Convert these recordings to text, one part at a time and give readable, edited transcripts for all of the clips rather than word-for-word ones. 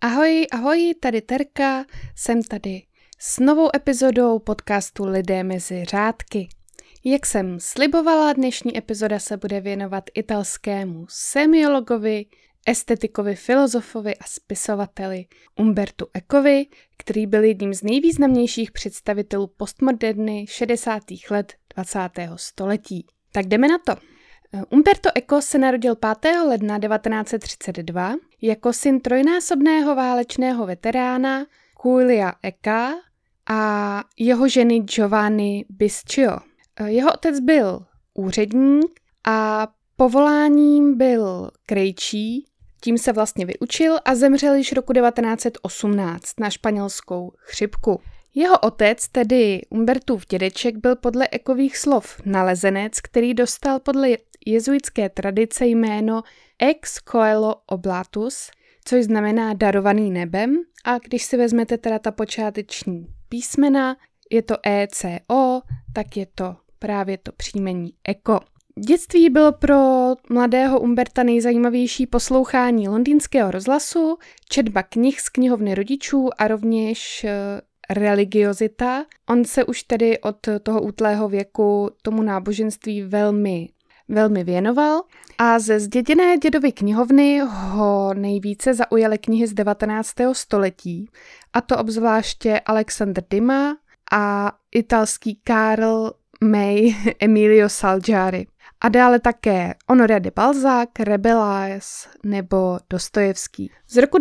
Ahoj, tady Terka, jsem tady s novou epizodou podcastu Lidé mezi řádky. Jak jsem slibovala, dnešní epizoda se bude věnovat italskému semiologovi, estetikovi, filozofovi a spisovateli Umbertu Ecovi, který byl jedním z nejvýznamnějších představitelů postmoderny 60. let 20. století. Tak jdeme na to. Umberto Eco se narodil 5. ledna 1932 jako syn trojnásobného válečného veterána Giulia Ecca a jeho ženy Giovanni Biscio. Jeho otec byl úředník a povoláním byl krejčí, tím se vlastně vyučil a zemřel již roku 1918 na španělskou chřipku. Jeho otec, tedy Umbertův dědeček, byl podle Ecových slov nalezenec, který dostal podle jezuitské tradice jméno ex coelo oblatus, což znamená darovaný nebem. A když si vezmete teda ta počáteční písmena, je to ECO, tak je to právě to příjmení Eco. Dětství bylo pro mladého Umberta nejzajímavější poslouchání londýnského rozhlasu, četba knih z knihovny rodičů a rovněž religiozita. On se už tedy od toho útlého věku tomu náboženství velmi věnoval a ze zděděné dědovy knihovny ho nejvíce zaujaly knihy z 19. století, a to obzvláště Alexander Dumas a italský Karl May Emilio Salgari. A dále také Honoré de Balzac, Rabelais nebo Dostojevský. Z roku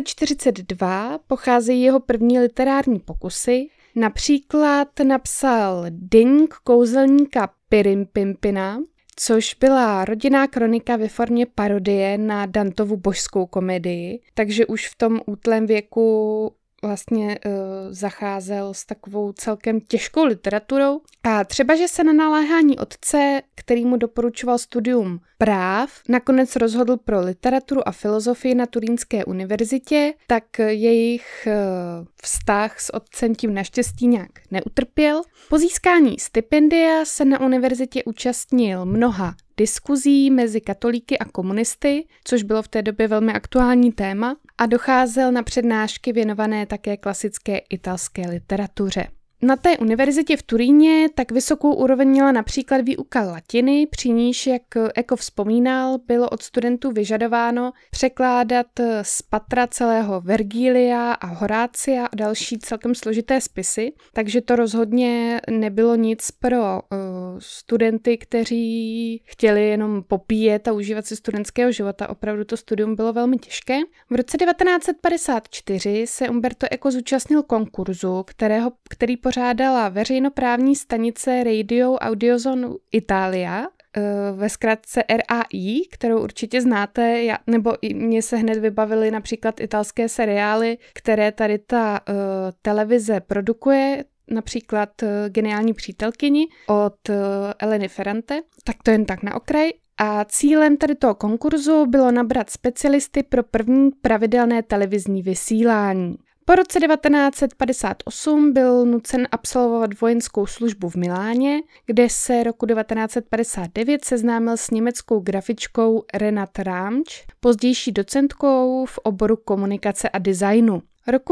1942 pocházejí jeho první literární pokusy. Například napsal Deník kouzelníka Pimpina, což byla rodinná kronika ve formě parodie na Dantovu božskou komedii, takže už v tom útlém věku vlastně zacházel s takovou celkem těžkou literaturou. A třeba, že se na naléhání otce, který mu doporučoval studium práv, nakonec rozhodl pro literaturu a filozofii na Turínské univerzitě, tak jejich vztah s otcem tím naštěstí nějak neutrpěl. Po získání stipendia se na univerzitě účastnil mnoha diskuzí mezi katolíky a komunisty, což bylo v té době velmi aktuální téma, a docházel na přednášky věnované také klasické italské literatuře. Na té univerzitě v Turíně tak vysokou úroveň měla například výuka latiny, při níž, jak Eco vzpomínal, bylo od studentů vyžadováno překládat z patra celého Vergilia a Horácia a další celkem složité spisy, takže to rozhodně nebylo nic pro studenty, kteří chtěli jenom popíjet a užívat si studentského života. Opravdu to studium bylo velmi těžké. V roce 1954 se Umberto Eco zúčastnil konkurzu, který pořádala veřejnoprávní stanice Radio Audiozone Italia, ve zkratce RAI, kterou určitě znáte, nebo i mně se hned vybavily například italské seriály, které tady ta televize produkuje, například Geniální přítelkyni od Eleny Ferrante, tak to jen tak na okraj. A cílem tady toho konkurzu bylo nabrat specialisty pro první pravidelné televizní vysílání. Po roce 1958 byl nucen absolvovat vojenskou službu v Miláně, kde se roku 1959 seznámil s německou grafičkou Renate Ramsch, pozdější docentkou v oboru komunikace a designu. Roku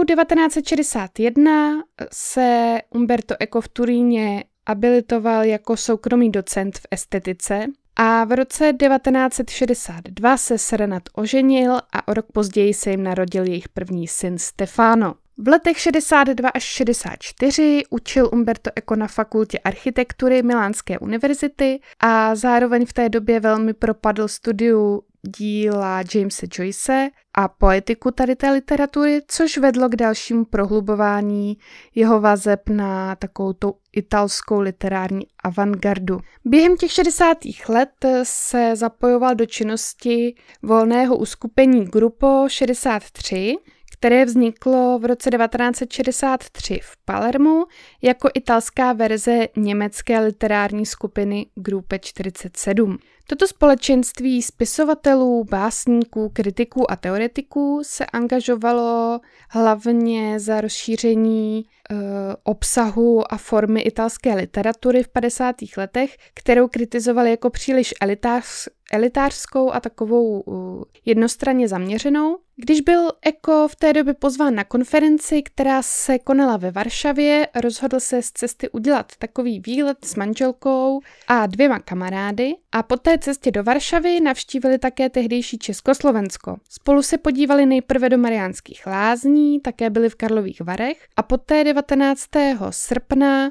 1961 se Umberto Eco v Turíně habilitoval jako soukromý docent v estetice a v roce 1962 se s Renate oženil a o rok později se jim narodil jejich první syn Stefano. V letech 62 až 64 učil Umberto Eco na fakultě architektury Milánské univerzity a zároveň v té době velmi propadl studiu díla Jamese Joyce a poetiku tady té literatury, což vedlo k dalšímu prohlubování jeho vazeb na takovou tu italskou literární avantgardu. Během těch 60. let se zapojoval do činnosti volného uskupení Gruppo 63, které vzniklo v roce 1963 v Palermu jako italská verze německé literární skupiny Gruppe 47. Toto společenství spisovatelů, básníků, kritiků a teoretiků se angažovalo hlavně za rozšíření obsahu a formy italské literatury v 50. letech, kterou kritizovali jako příliš elitářskou a takovou jednostranně zaměřenou. Když byl Eco v té době pozván na konferenci, která se konala ve Varšavě, rozhodl se z cesty udělat takový výlet s manželkou a 2 kamarády a po té cestě do Varšavy navštívili také tehdejší Československo. Spolu se podívali nejprve do Mariánských Lázní, také byli v Karlových Varech a poté 19. srpna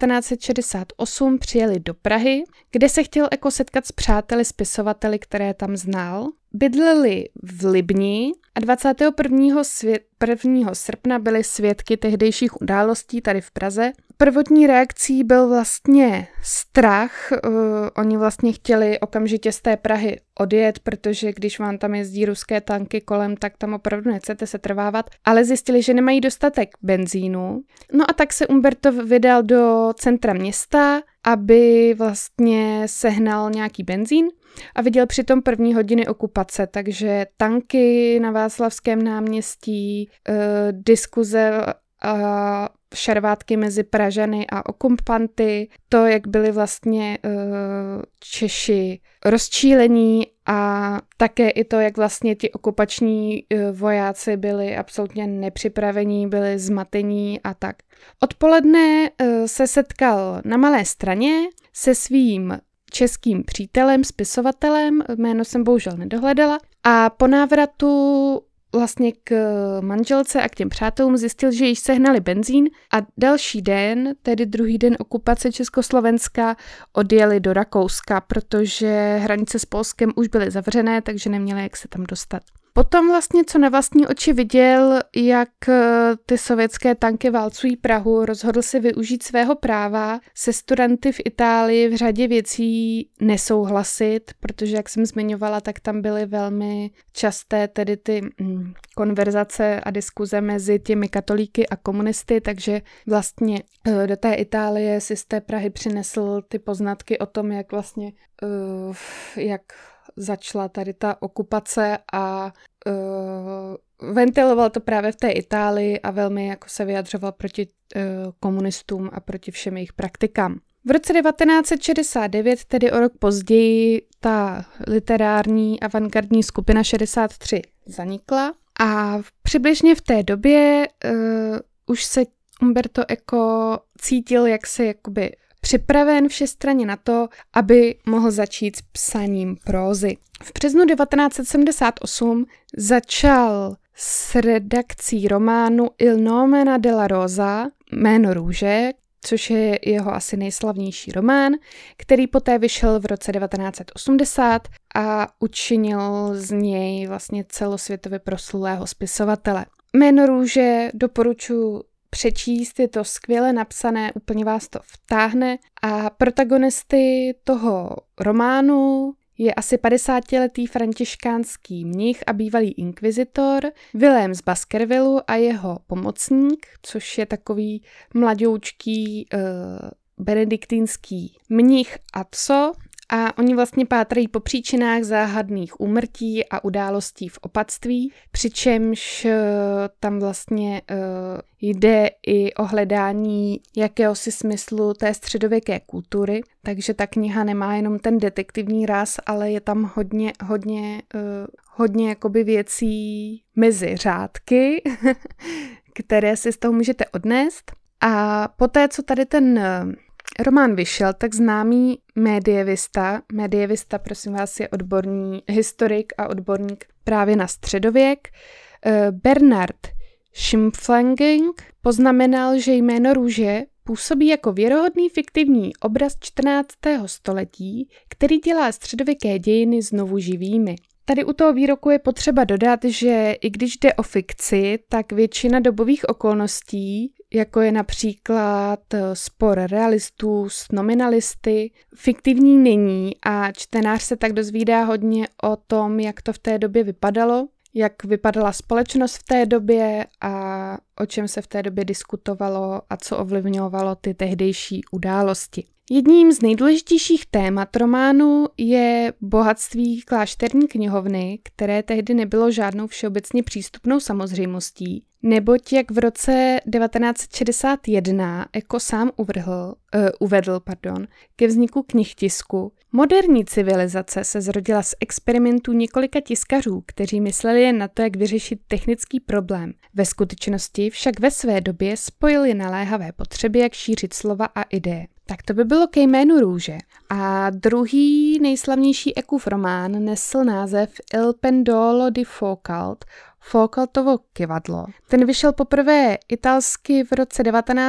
1968 přijeli do Prahy, kde se chtěl Eco setkat s přáteli spisovateli, které tam znal. Bydleli v Libni a 21. srpna byli svědky tehdejších událostí tady v Praze. Prvotní reakcí byl vlastně strach. Oni vlastně chtěli okamžitě z té Prahy odjet, protože když vám tam jezdí ruské tanky kolem, tak tam opravdu nechcete se trvávat, ale zjistili, že nemají dostatek benzínu. No a tak se Umberto vydal do centra města, aby vlastně sehnal nějaký benzín a viděl přitom první hodiny okupace, takže tanky na Václavském náměstí, diskuze a šarvátky mezi Pražany a okupanty, to, jak byli vlastně Češi rozčílení a také i to, jak vlastně ti okupační vojáci byli absolutně nepřipravení, byli zmatení a tak. Odpoledne se setkal na Malé Straně se svým českým přítelem, spisovatelem, jméno jsem bohužel nedohledala, a po návratu vlastně k manželce a k těm přátelům zjistil, že již sehnali benzín a další den, tedy druhý den okupace Československa, odjeli do Rakouska, protože hranice s Polskem už byly zavřené, takže neměli jak se tam dostat. Potom vlastně, co na vlastní oči viděl, jak ty sovětské tanky válcují Prahu, rozhodl si využít svého práva se studenty v Itálii v řadě věcí nesouhlasit, protože, jak jsem zmiňovala, tak tam byly velmi časté tedy ty konverzace a diskuze mezi těmi katolíky a komunisty, takže vlastně do té Itálie si z té Prahy přinesl ty poznatky o tom, jak vlastně jak začala tady ta okupace a ventiloval to právě v té Itálii a velmi jako se vyjadřoval proti komunistům a proti všem jejich praktikám. V roce 1969, tedy o rok později, ta literární avantgardní skupina 63 zanikla a přibližně v té době už se Umberto Eco cítil jaksi jakoby připraven všestranně na to, aby mohl začít s psaním prózy. V březnu 1978 začal s redakcí románu Il nome della rosa, Jméno růže, což je jeho asi nejslavnější román, který poté vyšel v roce 1980 a učinil z něj vlastně celosvětově proslulého spisovatele. Jméno růže doporučuji přečíst, je to skvěle napsané, úplně vás to vtáhne a protagonisty toho románu je asi 50letý františkánský mnich a bývalý inkvizitor Vilém z Baskervillu a jeho pomocník, což je takový mladoučký benediktínský mnich Atso, a oni vlastně pátrají po příčinách záhadných úmrtí a událostí v opatství, přičemž tam vlastně jde i o hledání jakéhosi smyslu té středověké kultury, takže ta kniha nemá jenom ten detektivní ráz, ale je tam hodně jakoby věcí mezi řádky, které si z toho můžete odnést. A poté, co tady ten román vyšel, tak známý médievista, prosím vás, je odborný historik a odborník právě na středověk, Bernard Schimpflinging poznamenal, že Jméno růže působí jako věrohodný fiktivní obraz 14. století, který dělá středověké dějiny znovu živými. Tady u toho výroku je potřeba dodat, že i když jde o fikci, tak většina dobových okolností, jako je například spor realistů s nominalisty, fiktivní není a čtenář se tak dozvídá hodně o tom, jak to v té době vypadalo, jak vypadala společnost v té době a o čem se v té době diskutovalo a co ovlivňovalo ty tehdejší události. Jedním z nejdůležitějších témat románu je bohatství klášterní knihovny, které tehdy nebylo žádnou všeobecně přístupnou samozřejmostí, neboť jak v roce 1961 Eco sám uvedl ke vzniku knihtisku, moderní civilizace se zrodila z experimentů několika tiskařů, kteří mysleli jen na to, jak vyřešit technický problém. Ve skutečnosti však ve své době spojili naléhavé potřeby, jak šířit slova a ideje. Tak to by bylo ke jménu růže. A druhý nejslavnější Ecův román nesl název Il pendolo di Foucault, Foucaultovo kyvadlo. Ten vyšel poprvé italsky v roce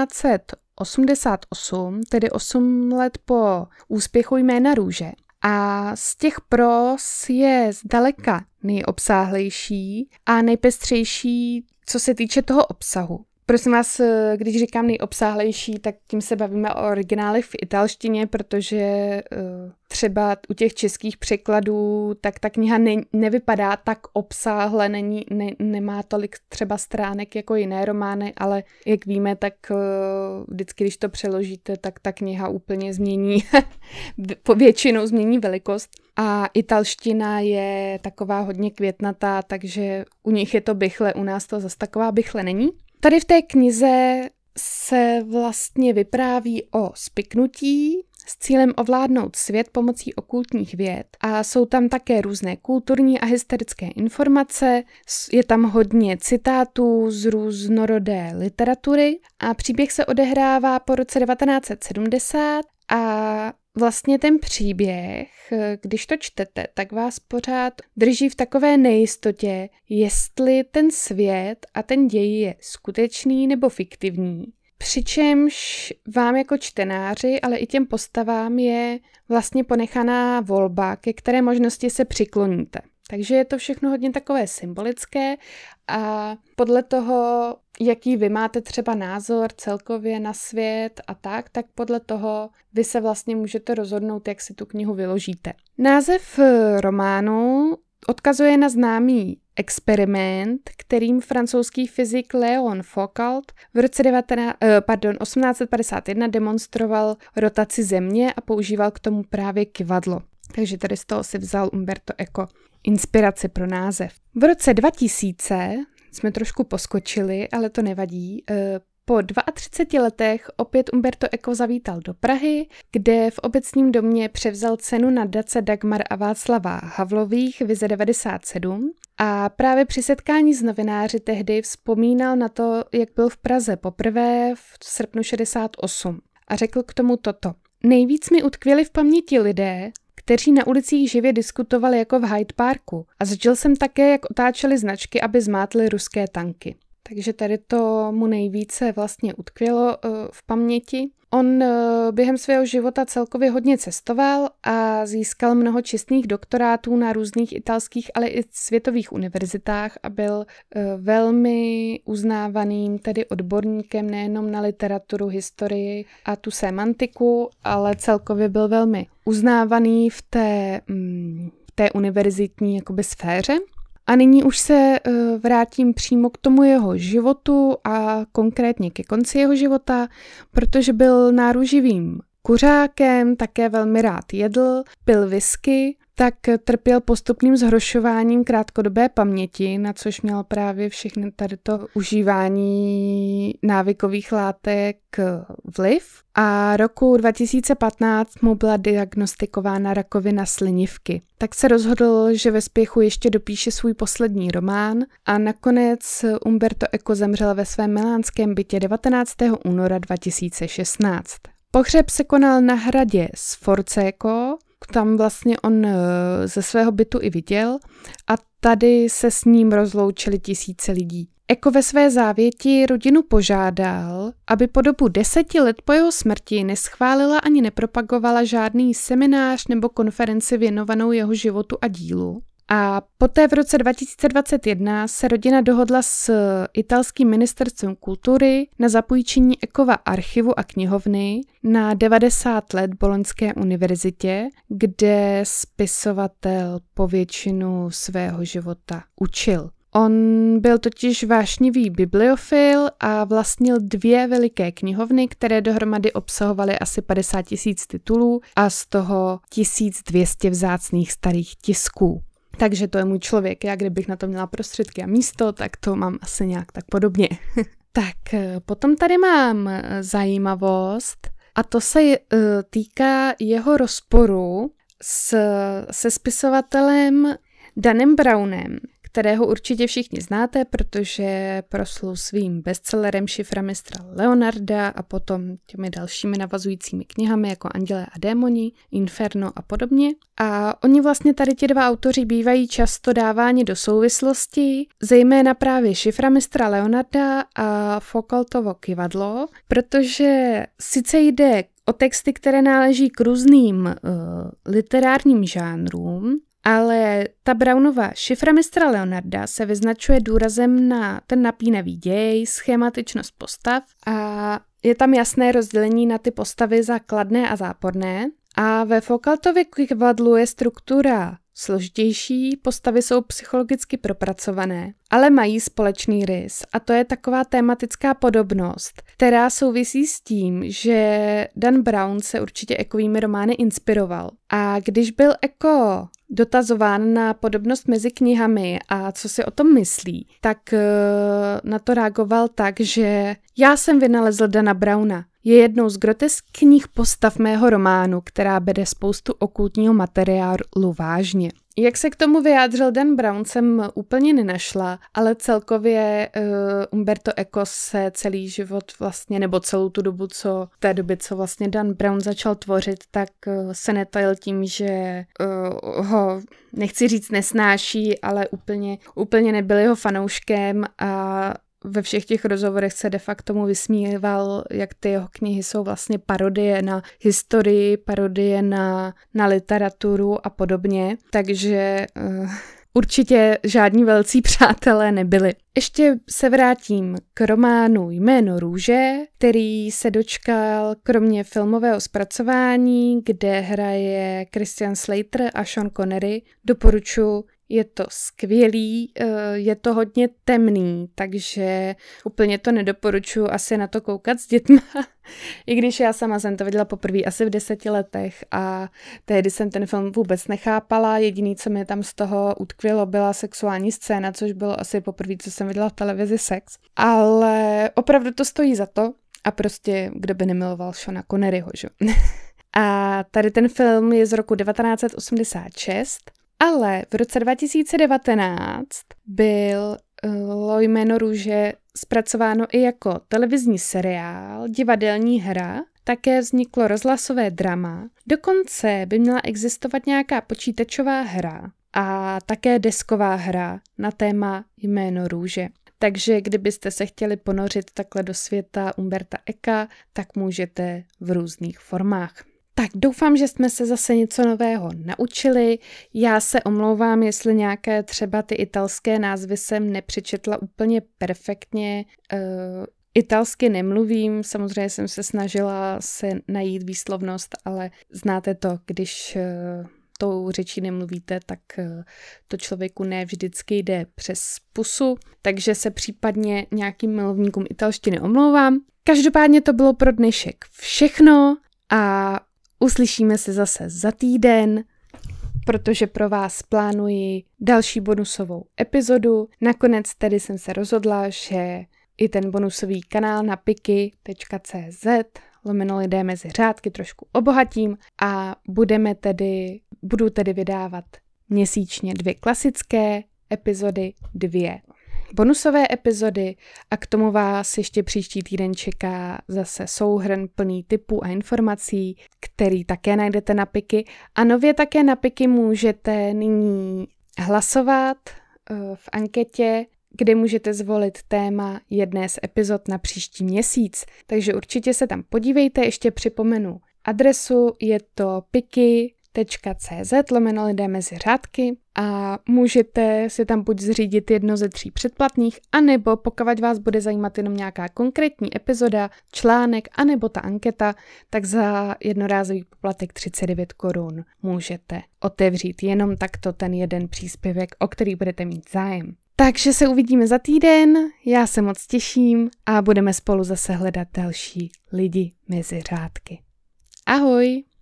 1988, tedy 8 let po úspěchu Jména růže. A z těch pros je zdaleka nejobsáhlejší a nejpestřejší, co se týče toho obsahu. Prosím vás, když říkám nejobsáhlejší, tak tím se bavíme o originálech v italštině, protože třeba u těch českých překladů tak ta kniha nevypadá tak obsáhle, nemá tolik třeba stránek jako jiné romány, ale jak víme, tak vždycky, když to přeložíte, tak ta kniha úplně změní, většinou změní velikost. A italština je taková hodně květnatá, takže u nich je to bychle, u nás to zase taková bychle není. Tady v té knize se vlastně vypráví o spiknutí s cílem ovládnout svět pomocí okultních věd a jsou tam také různé kulturní a historické informace, je tam hodně citátů z různorodé literatury a příběh se odehrává po roce 1970 a vlastně ten příběh, když to čtete, tak vás pořád drží v takové nejistotě, jestli ten svět a ten děj je skutečný nebo fiktivní. Přičemž vám jako čtenáři, ale i těm postavám je vlastně ponechaná volba, ke které možnosti se přikloníte. Takže je to všechno hodně takové symbolické a podle toho, jaký vy máte třeba názor celkově na svět a tak podle toho vy se vlastně můžete rozhodnout, jak si tu knihu vyložíte. Název románu odkazuje na známý experiment, kterým francouzský fyzik Léon Foucault v roce 1851 demonstroval rotaci Země a používal k tomu právě kyvadlo. Takže tady z toho si vzal Umberto Eco inspiraci pro název. V roce 2000 jsme trošku poskočili, ale to nevadí. Po 32 letech opět Umberto Eco zavítal do Prahy, kde v Obecním domě převzal cenu nadace Dagmar a Václava Havlových Vize 97 a právě při setkání s novináři tehdy vzpomínal na to, jak byl v Praze poprvé v srpnu 68 a řekl k tomu toto. Nejvíc mi utkvěli v paměti lidé, kteří na ulicích živě diskutovali jako v Hyde Parku a zažil jsem také, jak otáčeli značky, aby zmátli ruské tanky. Takže tady to mu nejvíce vlastně utkvělo v paměti. On během svého života celkově hodně cestoval a získal mnoho čestných doktorátů na různých italských, ale i světových univerzitách a byl velmi uznávaným tedy odborníkem nejenom na literaturu, historii a tu semantiku, ale celkově byl velmi uznávaný v té univerzitní jakoby sféře. A nyní už se vrátím přímo k tomu jeho životu a konkrétně ke konci jeho života, protože byl náruživým kuřákem, také velmi rád jedl, pil whisky, tak trpěl postupným zhoršováním krátkodobé paměti, na což měl právě všechny tady to užívání návykových látek vliv. A roku 2015 mu byla diagnostikována rakovina slinivky. Tak se rozhodl, že ve spěchu ještě dopíše svůj poslední román a nakonec Umberto Eco zemřel ve svém milánském bytě 19. února 2016. Pohřeb se konal na hradě Sforcéko, tam vlastně on ze svého bytu i viděl a tady se s ním rozloučili tisíce lidí. Eco ve své závěti rodinu požádal, aby po dobu 10 let po jeho smrti neschválila ani nepropagovala žádný seminář nebo konferenci věnovanou jeho životu a dílu. A poté v roce 2021 se rodina dohodla s italským ministerstvem kultury na zapůjčení Ecova archivu a knihovny na 90 let Boloňské univerzitě, kde spisovatel po většinu svého života učil. On byl totiž vášnivý bibliofil a vlastnil 2 veliké knihovny, které dohromady obsahovaly asi 50 000 titulů a z toho 1200 vzácných starých tisků. Takže to je můj člověk. Já kdybych na to měla prostředky a místo, tak to mám asi nějak tak podobně. Tak potom tady mám zajímavost a to se týká jeho rozporu se spisovatelem Danem Brownem, kterého určitě všichni znáte, protože proslul svým bestsellerem Šifra mistra Leonarda a potom těmi dalšími navazujícími knihami jako Andělé a démoni, Inferno a podobně. A oni vlastně tady ti 2 autoři bývají často dáváni do souvislosti, zejména právě Šifra mistra Leonarda a Foucaultovo kyvadlo, protože sice jde o texty, které náleží k různým literárním žánrům, ale ta Brownova Šifra mistra Leonarda se vyznačuje důrazem na ten napínavý děj, schematičnost postav a je tam jasné rozdělení na ty postavy za kladné a záporné. A ve Foucaultově kyvadlu je struktura složitější, postavy jsou psychologicky propracované, ale mají společný rys a to je taková tematická podobnost, která souvisí s tím, že Dan Brown se určitě ekovými romány inspiroval. A když byl Eko dotazován na podobnost mezi knihami a co si o tom myslí, tak na to reagoval tak, že já jsem vynalezl Dana Browna. Je jednou z groteskních postav mého románu, která bere spoustu okultního materiálu vážně. Jak se k tomu vyjádřil Dan Brown, jsem úplně nenašla, ale celkově Umberto Eco se celý život vlastně, nebo celou tu dobu, co vlastně Dan Brown začal tvořit, tak se netajil tím, že ho, nechci říct nesnáší, ale úplně nebyl jeho fanouškem a ve všech těch rozhovorech se de facto tomu vysmíval, jak ty jeho knihy jsou vlastně parodie na historii, parodie na literaturu a podobně. Takže určitě žádní velcí přátelé nebyli. Ještě se vrátím k románu Jméno růže, který se dočkal kromě filmového zpracování, kde hraje Christian Slater a Sean Connery. Doporučuji. Je to skvělý, je to hodně temný, takže úplně to nedoporučuji asi na to koukat s dětma, i když já sama jsem to viděla poprvé asi v 10 letech a tehdy jsem ten film vůbec nechápala, jediný, co mi tam z toho utkvělo, byla sexuální scéna, což bylo asi poprvé, co jsem viděla v televizi sex, ale opravdu to stojí za to a prostě kdo by nemiloval Seana Conneryho, že? A tady ten film je z roku 1986, ale v roce 2019 bylo Jméno růže zpracováno i jako televizní seriál, divadelní hra, také vzniklo rozhlasové drama, dokonce by měla existovat nějaká počítačová hra a také desková hra na téma Jméno růže. Takže kdybyste se chtěli ponořit takhle do světa Umberta Eka, tak můžete v různých formách. Tak doufám, že jsme se zase něco nového naučili. Já se omlouvám, jestli nějaké třeba ty italské názvy jsem nepřečetla úplně perfektně. Italsky nemluvím, samozřejmě jsem se snažila se najít výslovnost, ale znáte to, když tou řečí nemluvíte, tak to člověku ne vždycky jde přes pusu, takže se případně nějakým milovníkům italštiny omlouvám. Každopádně to bylo pro dnešek všechno a uslyšíme se zase za týden, protože pro vás plánuji další bonusovou epizodu. Nakonec tedy jsem se rozhodla, že i ten bonusový kanál na piky.cz/lidé mezi řádky trošku obohatím a budu tedy vydávat měsíčně 2 klasické epizody, 2 bonusové epizody a k tomu vás ještě příští týden čeká zase souhrn plný tipů a informací, který také najdete na Piky. A nově také na Piky můžete nyní hlasovat v anketě, kde můžete zvolit téma jedné z epizod na příští měsíc. Takže určitě se tam podívejte, ještě připomenu adresu, je to piky.cz/lidé mezi řádky a můžete si tam buď zřídit jedno ze 3 předplatných, anebo pokud vás bude zajímat jenom nějaká konkrétní epizoda, článek, anebo ta anketa, tak za jednorázový poplatek 39 korun můžete otevřít jenom takto ten jeden příspěvek, o který budete mít zájem. Takže se uvidíme za týden, já se moc těším a budeme spolu zase hledat další lidi mezi řádky. Ahoj!